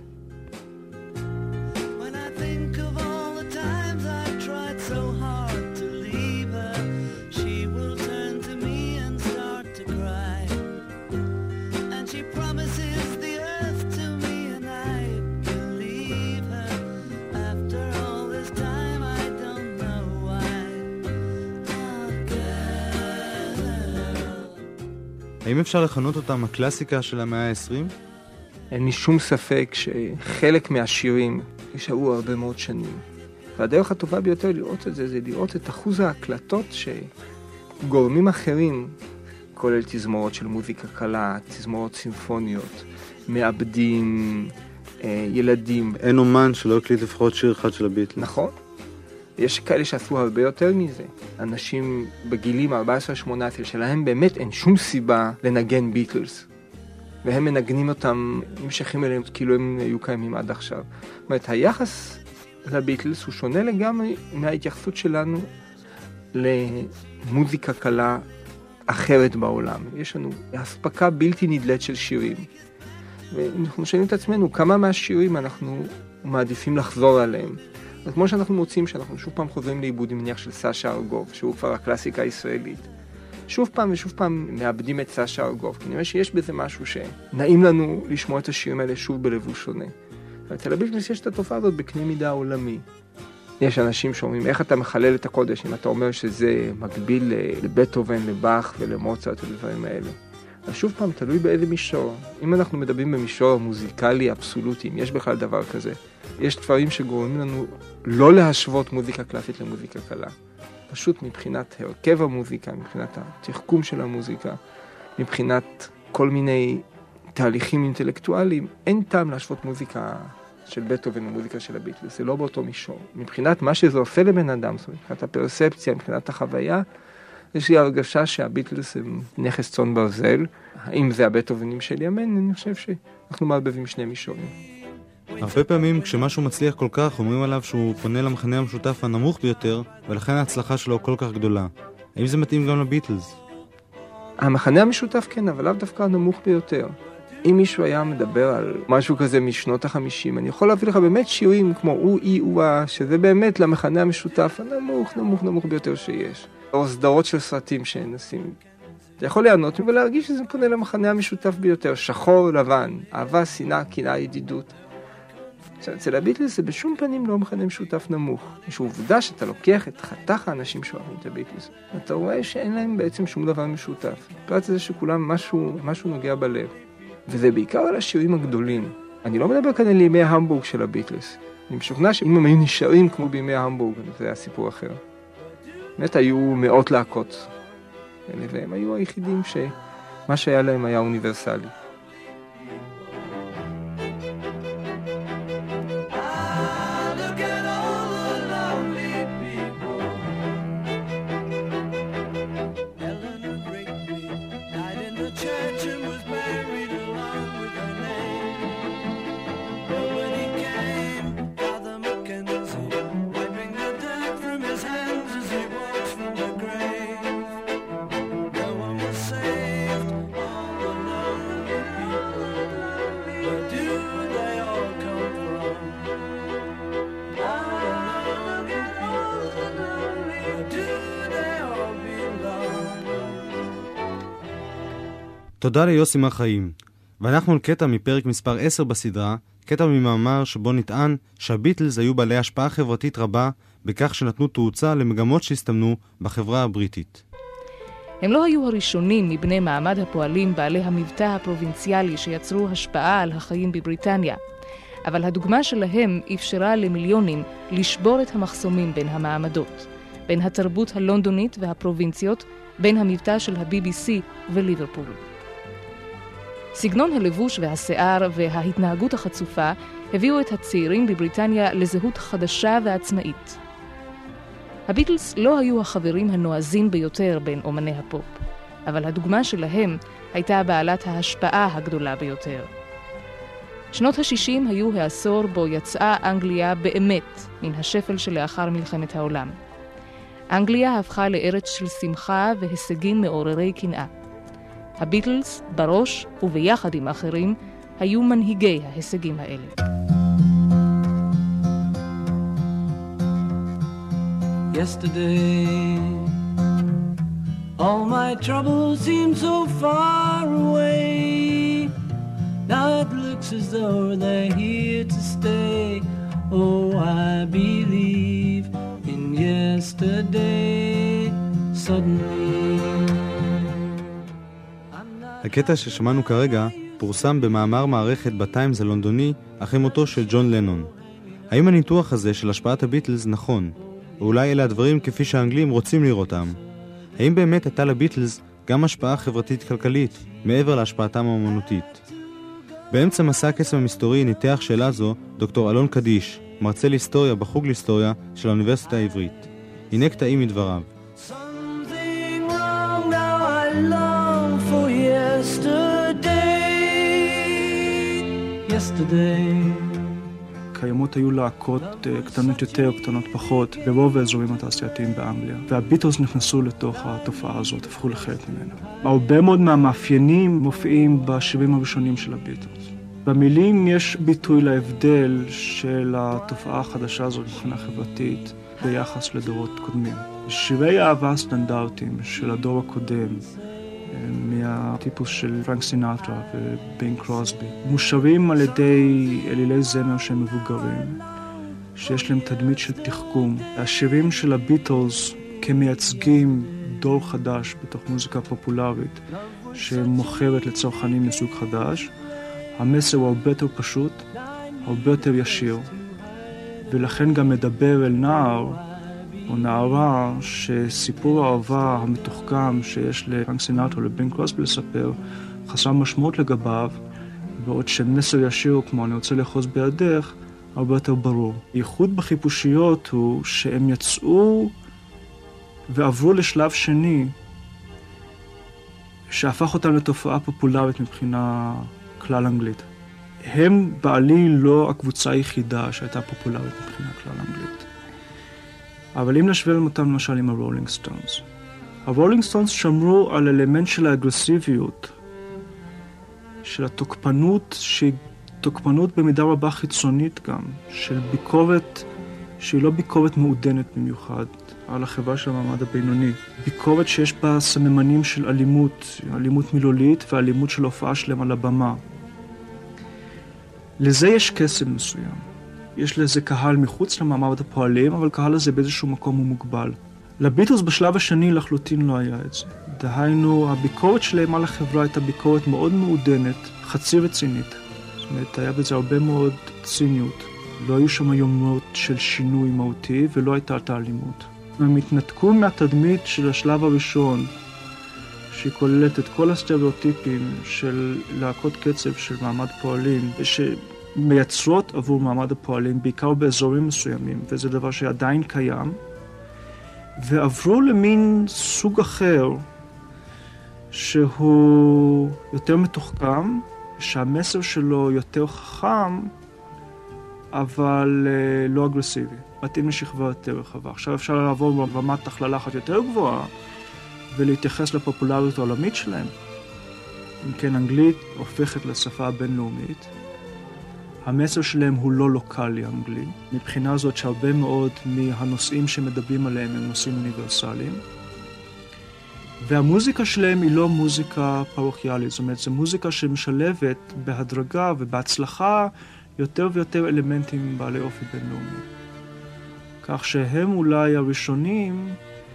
האם אפשר לכנות אותם הקלאסיקה של המאה ה-עשרים? אין לי שום ספק שחלק מהשירים נשארו הרבה מאוד שנים. והדרך הטובה ביותר לראות את זה, זה לראות את אחוז ההקלטות שגורמים אחרים, כולל תזמורות של מוזיקה קלה, תזמורות סימפוניות, מעבדים, ילדים. אין אומן שלא הקליט לפחות שיר אחד של הביטלס. נכון. יש כאלה שעשו הרבה יותר מזה. אנשים בגילים ארבע עשרה שמונה עשרה שלהם באמת אין שום סיבה לנגן ביטלס. והם מנגנים אותם, נמשכים אליהם כאילו הם היו קיימים עד עכשיו. זאת אומרת, היחס לביטלס הוא שונה לגמרי מההתייחסות שלנו למוזיקה קלה אחרת בעולם. יש לנו הספקה בלתי נדלת של שירים. ואנחנו שואלים את עצמנו, כמה מהשירים אנחנו מעדיפים לחזור עליהם. אז כמו שאנחנו מוצאים שאנחנו שוב פעם חוזרים לעיבוד עם מניח של סשה ארגוב, שהוא כבר הקלאסיקה הישראלית. שוב פעם ושוב פעם מאבדים את סשה ארגוב, כי נראה שיש בזה משהו שנעים לנו לשמוע את השירים האלה שוב בלבוש שונה. אצל הביטלס יש את התופעה הזאת בקנה מידה עולמי. יש אנשים שאומרים, איך אתה מחלל את הקודש, אם אתה אומר שזה מקביל לבטהובן, לבאך ולמוצרט ולדברים האלה. אז שוב פעם, תלוי באיזה מישור. אם אנחנו מדברים במישור המוזיקלי אבסולוטי, אם יש בכלל דבר כזה, יש דברים שגורמים לנו לא להשוות מוזיקה קלאסית למוזיקה קלה. פשוט מבחינת הרכב המוזיקה, מבחינת התחכום של המוזיקה, מבחינת כל מיני תהליכים אינטלקטואליים, אין טעם להשוות מוזיקה של בטהובן ומוזיקה של הביטלס, זה לא באותו מישור. מבחינת מה שזה עושה לבן אדם, זאת אומרת, מבחינת הפרספציה, מבחינת החוויה, יש לי הרגשה שהביטלס הם נכס צאן ברזל. האם זה הבטהובנים של ימינו? אני חושב שאנחנו מערבבים שני מישורים. הרבה פעמים כשמשהו מצליח כל כך, אומרים עליו שהוא פונה למחנה המשותף הנמוך ביותר, ולכן ההצלחה שלו כל כך גדולה. האם זה מתאים גם לביטלס? המחנה המשותף כן, אבל לאו דווקא הנמוך ביותר. אם מישהו היה מדבר על משהו כזה משנות החמישים, אני יכול להביא לך באמת שירים כמו או אי או אה, שזה באמת למחנה המשותף הנמוך, נמוך, נמוך ביותר שיש. או סדרות של סרטים שנשים. אתה יכול לענות ולהרגיש שזה פונה למחנה המשותף ביותר, שחור, לבן, אהבה, שנאה, קנאה, ידידות. אצל הביטלס זה בשום פנים לא מחנה משותף נמוך. יש עובדה שאתה לוקח את חתך האנשים שאוהבים את הביטלס. אתה רואה שאין להם בעצם שום דבר משותף. פרט זה שכולם משהו, משהו נוגע בלב. וזה בעיקר על השירים הגדולים. אני לא מדבר כאן על ימי ההמבורג של הביטלס. אני משוכנע שאם הם היו נשארים כמו בימי ההמבורג, זה היה סיפור אחר. באמת היו מאות להקות. והם היו היחידים שמה שהיה להם היה אוניברסלי. Say תודה ליוסי מר חיים. ואנחנו על קטע מפרק מספר עשר בסדרה, קטע ממאמר שבו נטען שהביטלס היו בעלי השפעה חברתית רבה בכך שנתנו תאוצה למגמות שהסתמנו בחברה הבריטית. הם לא היו הראשונים מבני מעמד הפועלים בעלי המבטא הפרובינציאלי שיצרו השפעה על החיים בבריטניה, אבל הדוגמה שלהם אפשרה למיליונים לשבור את המחסומים בין המעמדות, בין התרבות הלונדונית והפרובינציות, בין המבטא של ה-בי בי סי וליברפול. סגנון הלבוש והשיער וההתנהגות החצופה הביאו את הצעירים בבריטניה לזהות חדשה ועצמאית. הביטלס לא היו החברים הנועזים ביותר בין אומני הפופ, אבל הדוגמה שלהם הייתה בעלת ההשפעה הגדולה ביותר. שנות ה-שישים היו העשור בו יצאה אנגליה באמת מן השפל שלאחר מלחמת העולם. אנגליה הפכה לארץ של שמחה והישגים מעוררי קנאה. הביטלס, בראש וביחד עם אחרים, היו מנהיגי ההישגים האלה. Yesterday, all my troubles seem so far away. Now it looks as though they're here to stay. Oh, I believe in yesterday. Suddenly הקטע ששמענו כרגע פורסם במאמר מערכת בטיימס הלונדוני אחרי מותו של ג'ון לנון. האם הניתוח הזה של השפעת הביטלס נכון? או אולי אלה הדברים כפי שהאנגלים רוצים לראותם? האם באמת הייתה לביטלס גם השפעה חברתית-כלכלית מעבר להשפעתם האמנותית? באמצע מסע הקסם המסתורי ניתח שאלה זו דוקטור אלון קדיש, מרצה להיסטוריה בחוג להיסטוריה של האוניברסיטה העברית. הנה קטעים מדבריו. something wrong now, I long for yesterday. Yesterday. קיימות היו להקות קטנות יותר, קטנות פחות, ברוב האזורים התעשייתיים באנגליה. והביטלס נכנסו לתוך התופעה הזאת, הפכו לחלק ממנה. הרבה מאוד מהמאפיינים מופיעים בשירים הראשונים של הביטלס. במילים יש ביטוי להבדל של התופעה החדשה הזאת מבחינה חברתית ביחס לדורות קודמים. שירי האהבה הסטנדרטיים של הדור הקודם, מהטיפוס של פרנק סינטרה ובינג קרוסבי, מושרים על ידי אלילי זמר שהם מבוגרים, שיש להם תדמית של תחכום. השירים של הביטלס כמייצגים דור חדש בתוך מוזיקה פופולרית שמוכרת לצרכנים מסוג חדש, המסר הוא הרבה יותר פשוט, הרבה יותר ישיר, ולכן גם מדבר אל נער או נערה שסיפור האהבה המתוחכם שיש לפרנק סינטרה לבינג קרוסבי לספר חסר משמעות לגביו, בעוד שמסר ישיר כמו אני רוצה לאחוז בידך הרבה יותר ברור. ייחוד בחיפושיות הוא שהם יצאו ועברו לשלב שני שהפך אותם לתופעה פופולרית מבחינה כלל אנגלית. הם בעלי לא הקבוצה היחידה שהייתה פופולרית מבחינה כלל אנגלית. אבל אם נשווה אותם למשל עם הרולינג סטונס, הרולינג סטונס שמרו על אלמנט של האגרסיביות, של התוקפנות, שהיא תוקפנות במידה רבה חיצונית גם, של ביקורת שהיא לא ביקורת מעודנת במיוחד על החברה של המעמד הבינוני. ביקורת שיש בה סממנים של אלימות, אלימות מילולית ואלימות של הופעה שלהם על הבמה. לזה יש קסם מסוים. יש לזה קהל מחוץ למעמד הפועלים, אבל קהל הזה באיזשהו מקום הוא מוגבל. לביטלס בשלב השני לחלוטין לא היה את זה. דהיינו, הביקורת שלהם על החברה הייתה ביקורת מאוד מעודנת, חצי רצינית. זאת אומרת, היה בזה הרבה מאוד ציניות. לא היו שם יומות של שינוי מהותי, ולא הייתה את האלימות. הם התנתקו מהתדמית של השלב הראשון, שהיא כוללת את כל הסטריאוטיפים של להקות קצב של מעמד פועלים, שמייצרות עבור מעמד הפועלים, בעיקר באזורים מסוימים, וזה דבר שעדיין קיים, ועברו למין סוג אחר, שהוא יותר מתוחכם, שהמסר שלו יותר חכם, אבל לא אגרסיבי. מתאים לשכבה יותר רחבה. עכשיו אפשר לעבור ברמת הכללה אחת יותר גבוהה, ולהתייחס לפופולריות העולמית שלהם. אם כן, אנגלית הופכת לשפה הבינלאומית. המסר שלהם הוא לא לוקלי אנגלי. מבחינה זאת שהרבה מאוד מהנושאים שמדברים עליהם הם נושאים אוניברסליים. והמוזיקה שלהם היא לא מוזיקה פרוקיאלית, זאת אומרת, זו מוזיקה שמשלבת בהדרגה ובהצלחה יותר ויותר אלמנטים בעלי אופי בינלאומי. כך שהם אולי הראשונים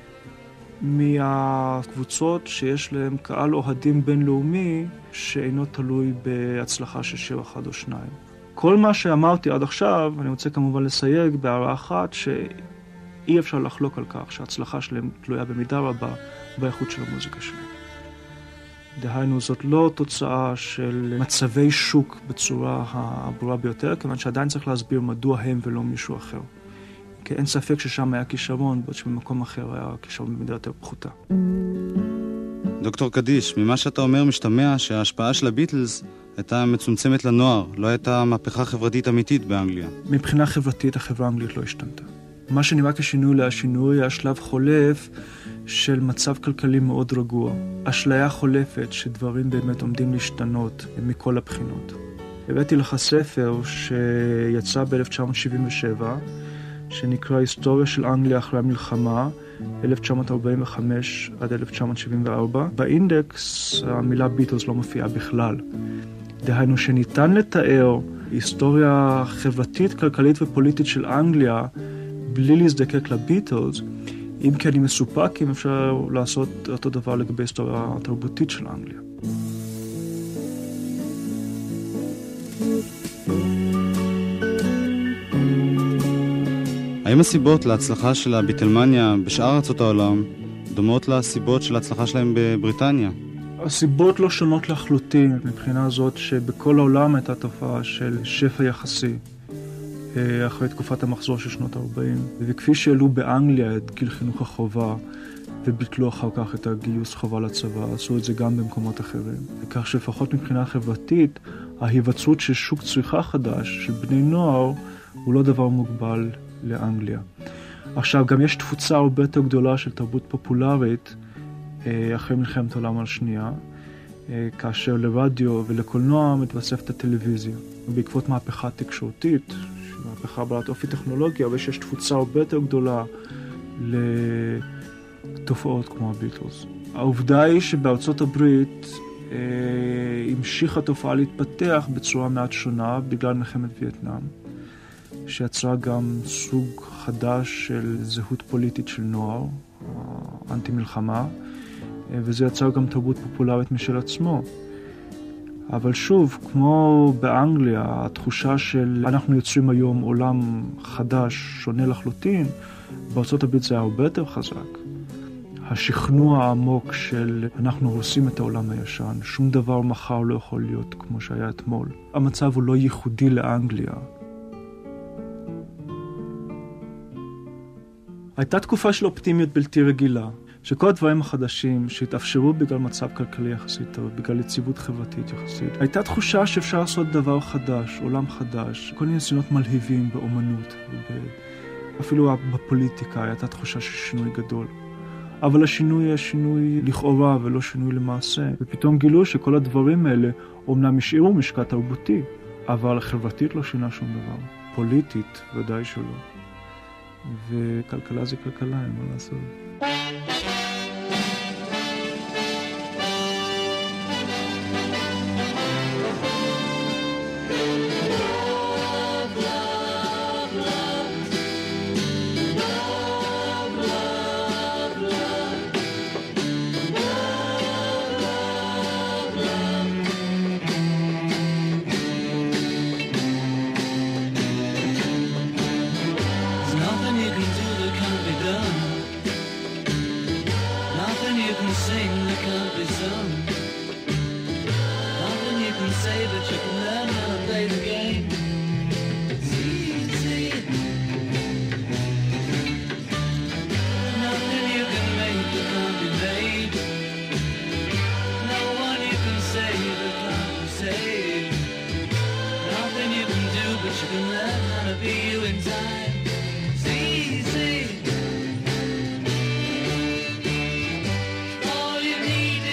מהקבוצות שיש להם קהל אוהדים בינלאומי שאינו תלוי בהצלחה של שיר אחד או שניים. כל מה שאמרתי עד עכשיו, אני רוצה כמובן לסייג בהערה אחת שאי אפשר לחלוק על כך שההצלחה שלהם תלויה במידה רבה באיכות של המוזיקה שלהם. דהיינו, זאת לא תוצאה של מצבי שוק בצורה הברורה ביותר, כיוון שעדיין צריך להסביר מדוע הם ולא מישהו אחר. כי אין ספק ששם היה כישרון, בעוד שבמקום אחר היה כישרון במידה יותר פחותה. דוקטור קדיש, ממה שאתה אומר משתמע שההשפעה של הביטלס הייתה מצומצמת לנוער, לא הייתה מהפכה חברתית אמיתית באנגליה. מבחינה חברתית החברה האנגלית לא השתנתה. מה שנראה כשינוי להשינוי היה שלב חולף של מצב כלכלי מאוד רגוע. אשליה חולפת שדברים באמת עומדים להשתנות מכל הבחינות. הבאתי לך ספר שיצא ב-אלף תשע מאות שבעים ושבע, שנקרא היסטוריה של אנגליה אחרי המלחמה, אלף תשע מאות ארבעים וחמש עד אלף תשע מאות שבעים וארבע. באינדקס המילה ביטלס לא מופיעה בכלל. דהיינו שניתן לתאר היסטוריה חברתית, כלכלית ופוליטית של אנגליה בלי להזדקק לביטלס, אם כי אני מסופק אם אפשר לעשות אותו דבר לגבי היסטוריה התרבותית של אנגליה. האם הסיבות להצלחה של הביטלמניה בשאר ארצות העולם דומות לסיבות של ההצלחה שלהם בבריטניה? הסיבות לא שונות לחלוטין, מבחינה זאת שבכל העולם הייתה תופעה של שפע יחסי אחרי תקופת המחזור של שנות ה-ארבעים, וכפי שהעלו באנגליה את גיל חינוך החובה וביטלו אחר כך את הגיוס חובה לצבא, עשו את זה גם במקומות אחרים. וכך שלפחות מבחינה חברתית, ההיווצרות של שוק צריכה חדש של בני נוער הוא לא דבר מוגבל לאנגליה. עכשיו, גם יש תפוצה הרבה יותר גדולה של תרבות פופולרית אחרי מלחמת העולם השנייה, כאשר לרדיו ולקולנוע מתווספת הטלוויזיה. בעקבות מהפכה תקשורתית, מהפכה בעלת אופי טכנולוגיה, אבל שיש תפוצה הרבה יותר גדולה לתופעות כמו הביטלס. העובדה היא שבארצות הברית אה, המשיכה התופעה להתפתח בצורה מעט שונה בגלל מלחמת וייטנאם, שיצרה גם סוג חדש של זהות פוליטית של נוער, אנטי מלחמה, וזה יצר גם תרבות פופולרית משל עצמו. אבל שוב, כמו באנגליה, התחושה של אנחנו יוצרים היום עולם חדש, שונה לחלוטין, בארצות הברית זה הרבה יותר חזק. השכנוע העמוק של אנחנו הורסים את העולם הישן, שום דבר מחר לא יכול להיות כמו שהיה אתמול. המצב הוא לא ייחודי לאנגליה. הייתה תקופה של אופטימיות בלתי רגילה, שכל הדברים החדשים שהתאפשרו בגלל מצב כלכלי יחסית טוב, בגלל יציבות חברתית יחסית, הייתה תחושה שאפשר לעשות דבר חדש, עולם חדש, כל מיני ניסיונות מלהיבים באומנות, אפילו בפוליטיקה הייתה תחושה של שינוי גדול. אבל השינוי היה שינוי לכאורה ולא שינוי למעשה, ופתאום גילו שכל הדברים האלה אומנם השאירו משקע תרבותי, אבל חברתית לא שינה שום דבר, פוליטית ודאי שלא. וכלכלה זה כלכלה, אין מה לעשות.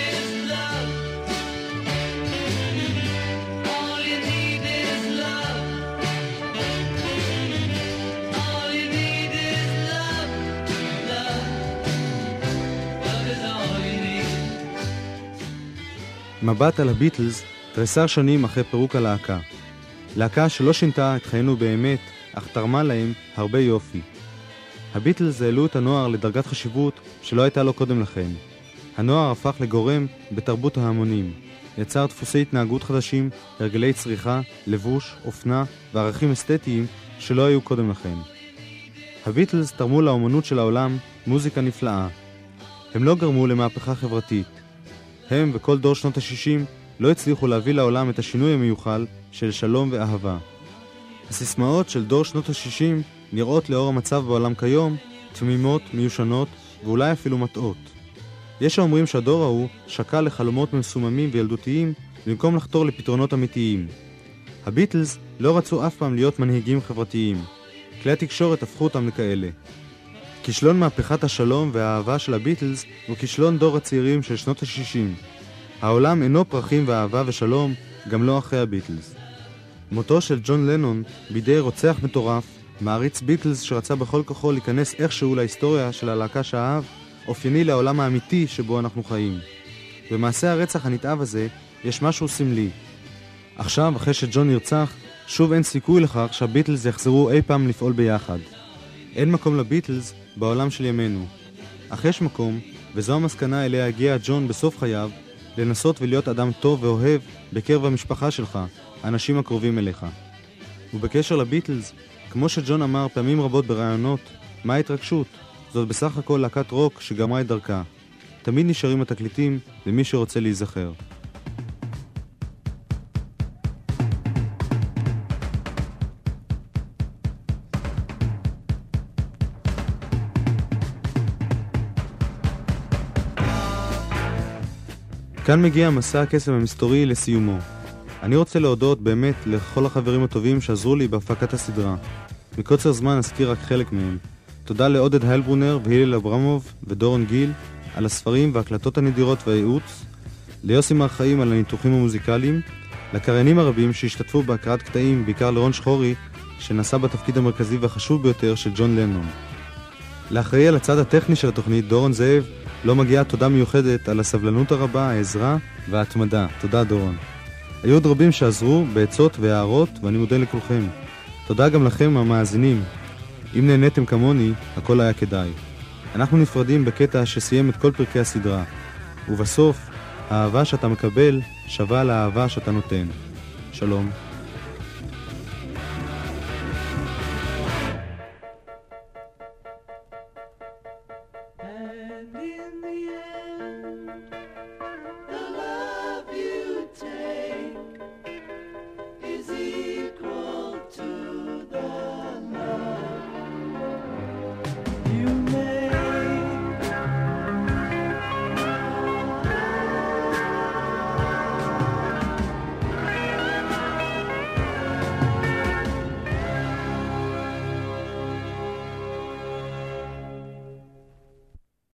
All you need is love. מבט על הביטלס תריסר שנים אחרי פירוק הלהקה. להקה שלא שינתה את חיינו באמת, אך תרמה להם הרבה יופי. הביטלס העלו את הנוער לדרגת חשיבות שלא הייתה לו קודם לכן. הנוער הפך לגורם בתרבות ההמונים. יצר דפוסי התנהגות חדשים, הרגלי צריכה, לבוש, אופנה וערכים אסתטיים שלא היו קודם לכן. הביטלס תרמו לאומנות של העולם מוזיקה נפלאה. הם לא גרמו למהפכה חברתית. הם וכל דור שנות ה-שישים לא הצליחו להביא לעולם את השינוי המיוחל של שלום ואהבה. הסיסמאות של דור שנות ה-שישים נראות לאור המצב בעולם כיום תמימות, מיושנות ואולי אפילו מטעות. יש האומרים שהדור ההוא שקע לחלומות מסוממים וילדותיים במקום לחתור לפתרונות אמיתיים. הביטלס לא רצו אף פעם להיות מנהיגים חברתיים. כלי התקשורת הפכו אותם לכאלה. כישלון מהפכת השלום והאהבה של הביטלס הוא כישלון דור הצעירים של שנות ה-שישים. העולם אינו פרחים ואהבה ושלום, גם לא אחרי הביטלס. מותו של ג'ון לנון בידי רוצח מטורף, מעריץ ביטלס שרצה בכל כוחו להיכנס איכשהו להיסטוריה של הלהקה שאהב, אופייני לעולם האמיתי שבו אנחנו חיים. במעשה הרצח הנתעב הזה יש משהו סמלי. עכשיו, אחרי שג'ון נרצח, שוב אין סיכוי לכך שהביטלס יחזרו אי פעם לפעול ביחד. אין מקום לביטלס בעולם של ימינו. אך יש מקום, וזו המסקנה אליה הגיע ג'ון בסוף חייו, לנסות ולהיות אדם טוב ואוהב בקרב המשפחה שלך, האנשים הקרובים אליך. ובקשר לביטלס, כמו שג'ון אמר פעמים רבות ברעיונות, מה ההתרגשות? זאת בסך הכל להקת רוק שגמרה את דרכה. תמיד נשארים התקליטים למי שרוצה להיזכר. כאן מגיע מסע הקסם המסתורי לסיומו. אני רוצה להודות באמת לכל החברים הטובים שעזרו לי בהפקת הסדרה. מקוצר זמן אזכיר רק חלק מהם. תודה לעודד היילברונר והילל אברמוב ודורון גיל על הספרים והקלטות הנדירות והייעוץ, ליוסי מרחאים על הניתוחים המוזיקליים, לקריינים הרבים שהשתתפו בהקראת קטעים, בעיקר לרון שחורי, שנשא בתפקיד המרכזי והחשוב ביותר של ג'ון לנון. לאחראי על הצד הטכני של התוכנית, דורון זאב, לא מגיעה תודה מיוחדת על הסבלנות הרבה, העזרה וההתמדה. תודה דורון. היו עוד רבים שעזרו בעצות והערות, ואני מודה לכולכם. תודה גם לכם המאזינים. אם נהניתם כמוני, הכל היה כדאי. אנחנו נפרדים בקטע שסיים את כל פרקי הסדרה. ובסוף, האהבה שאתה מקבל שווה לאהבה שאתה נותן. שלום.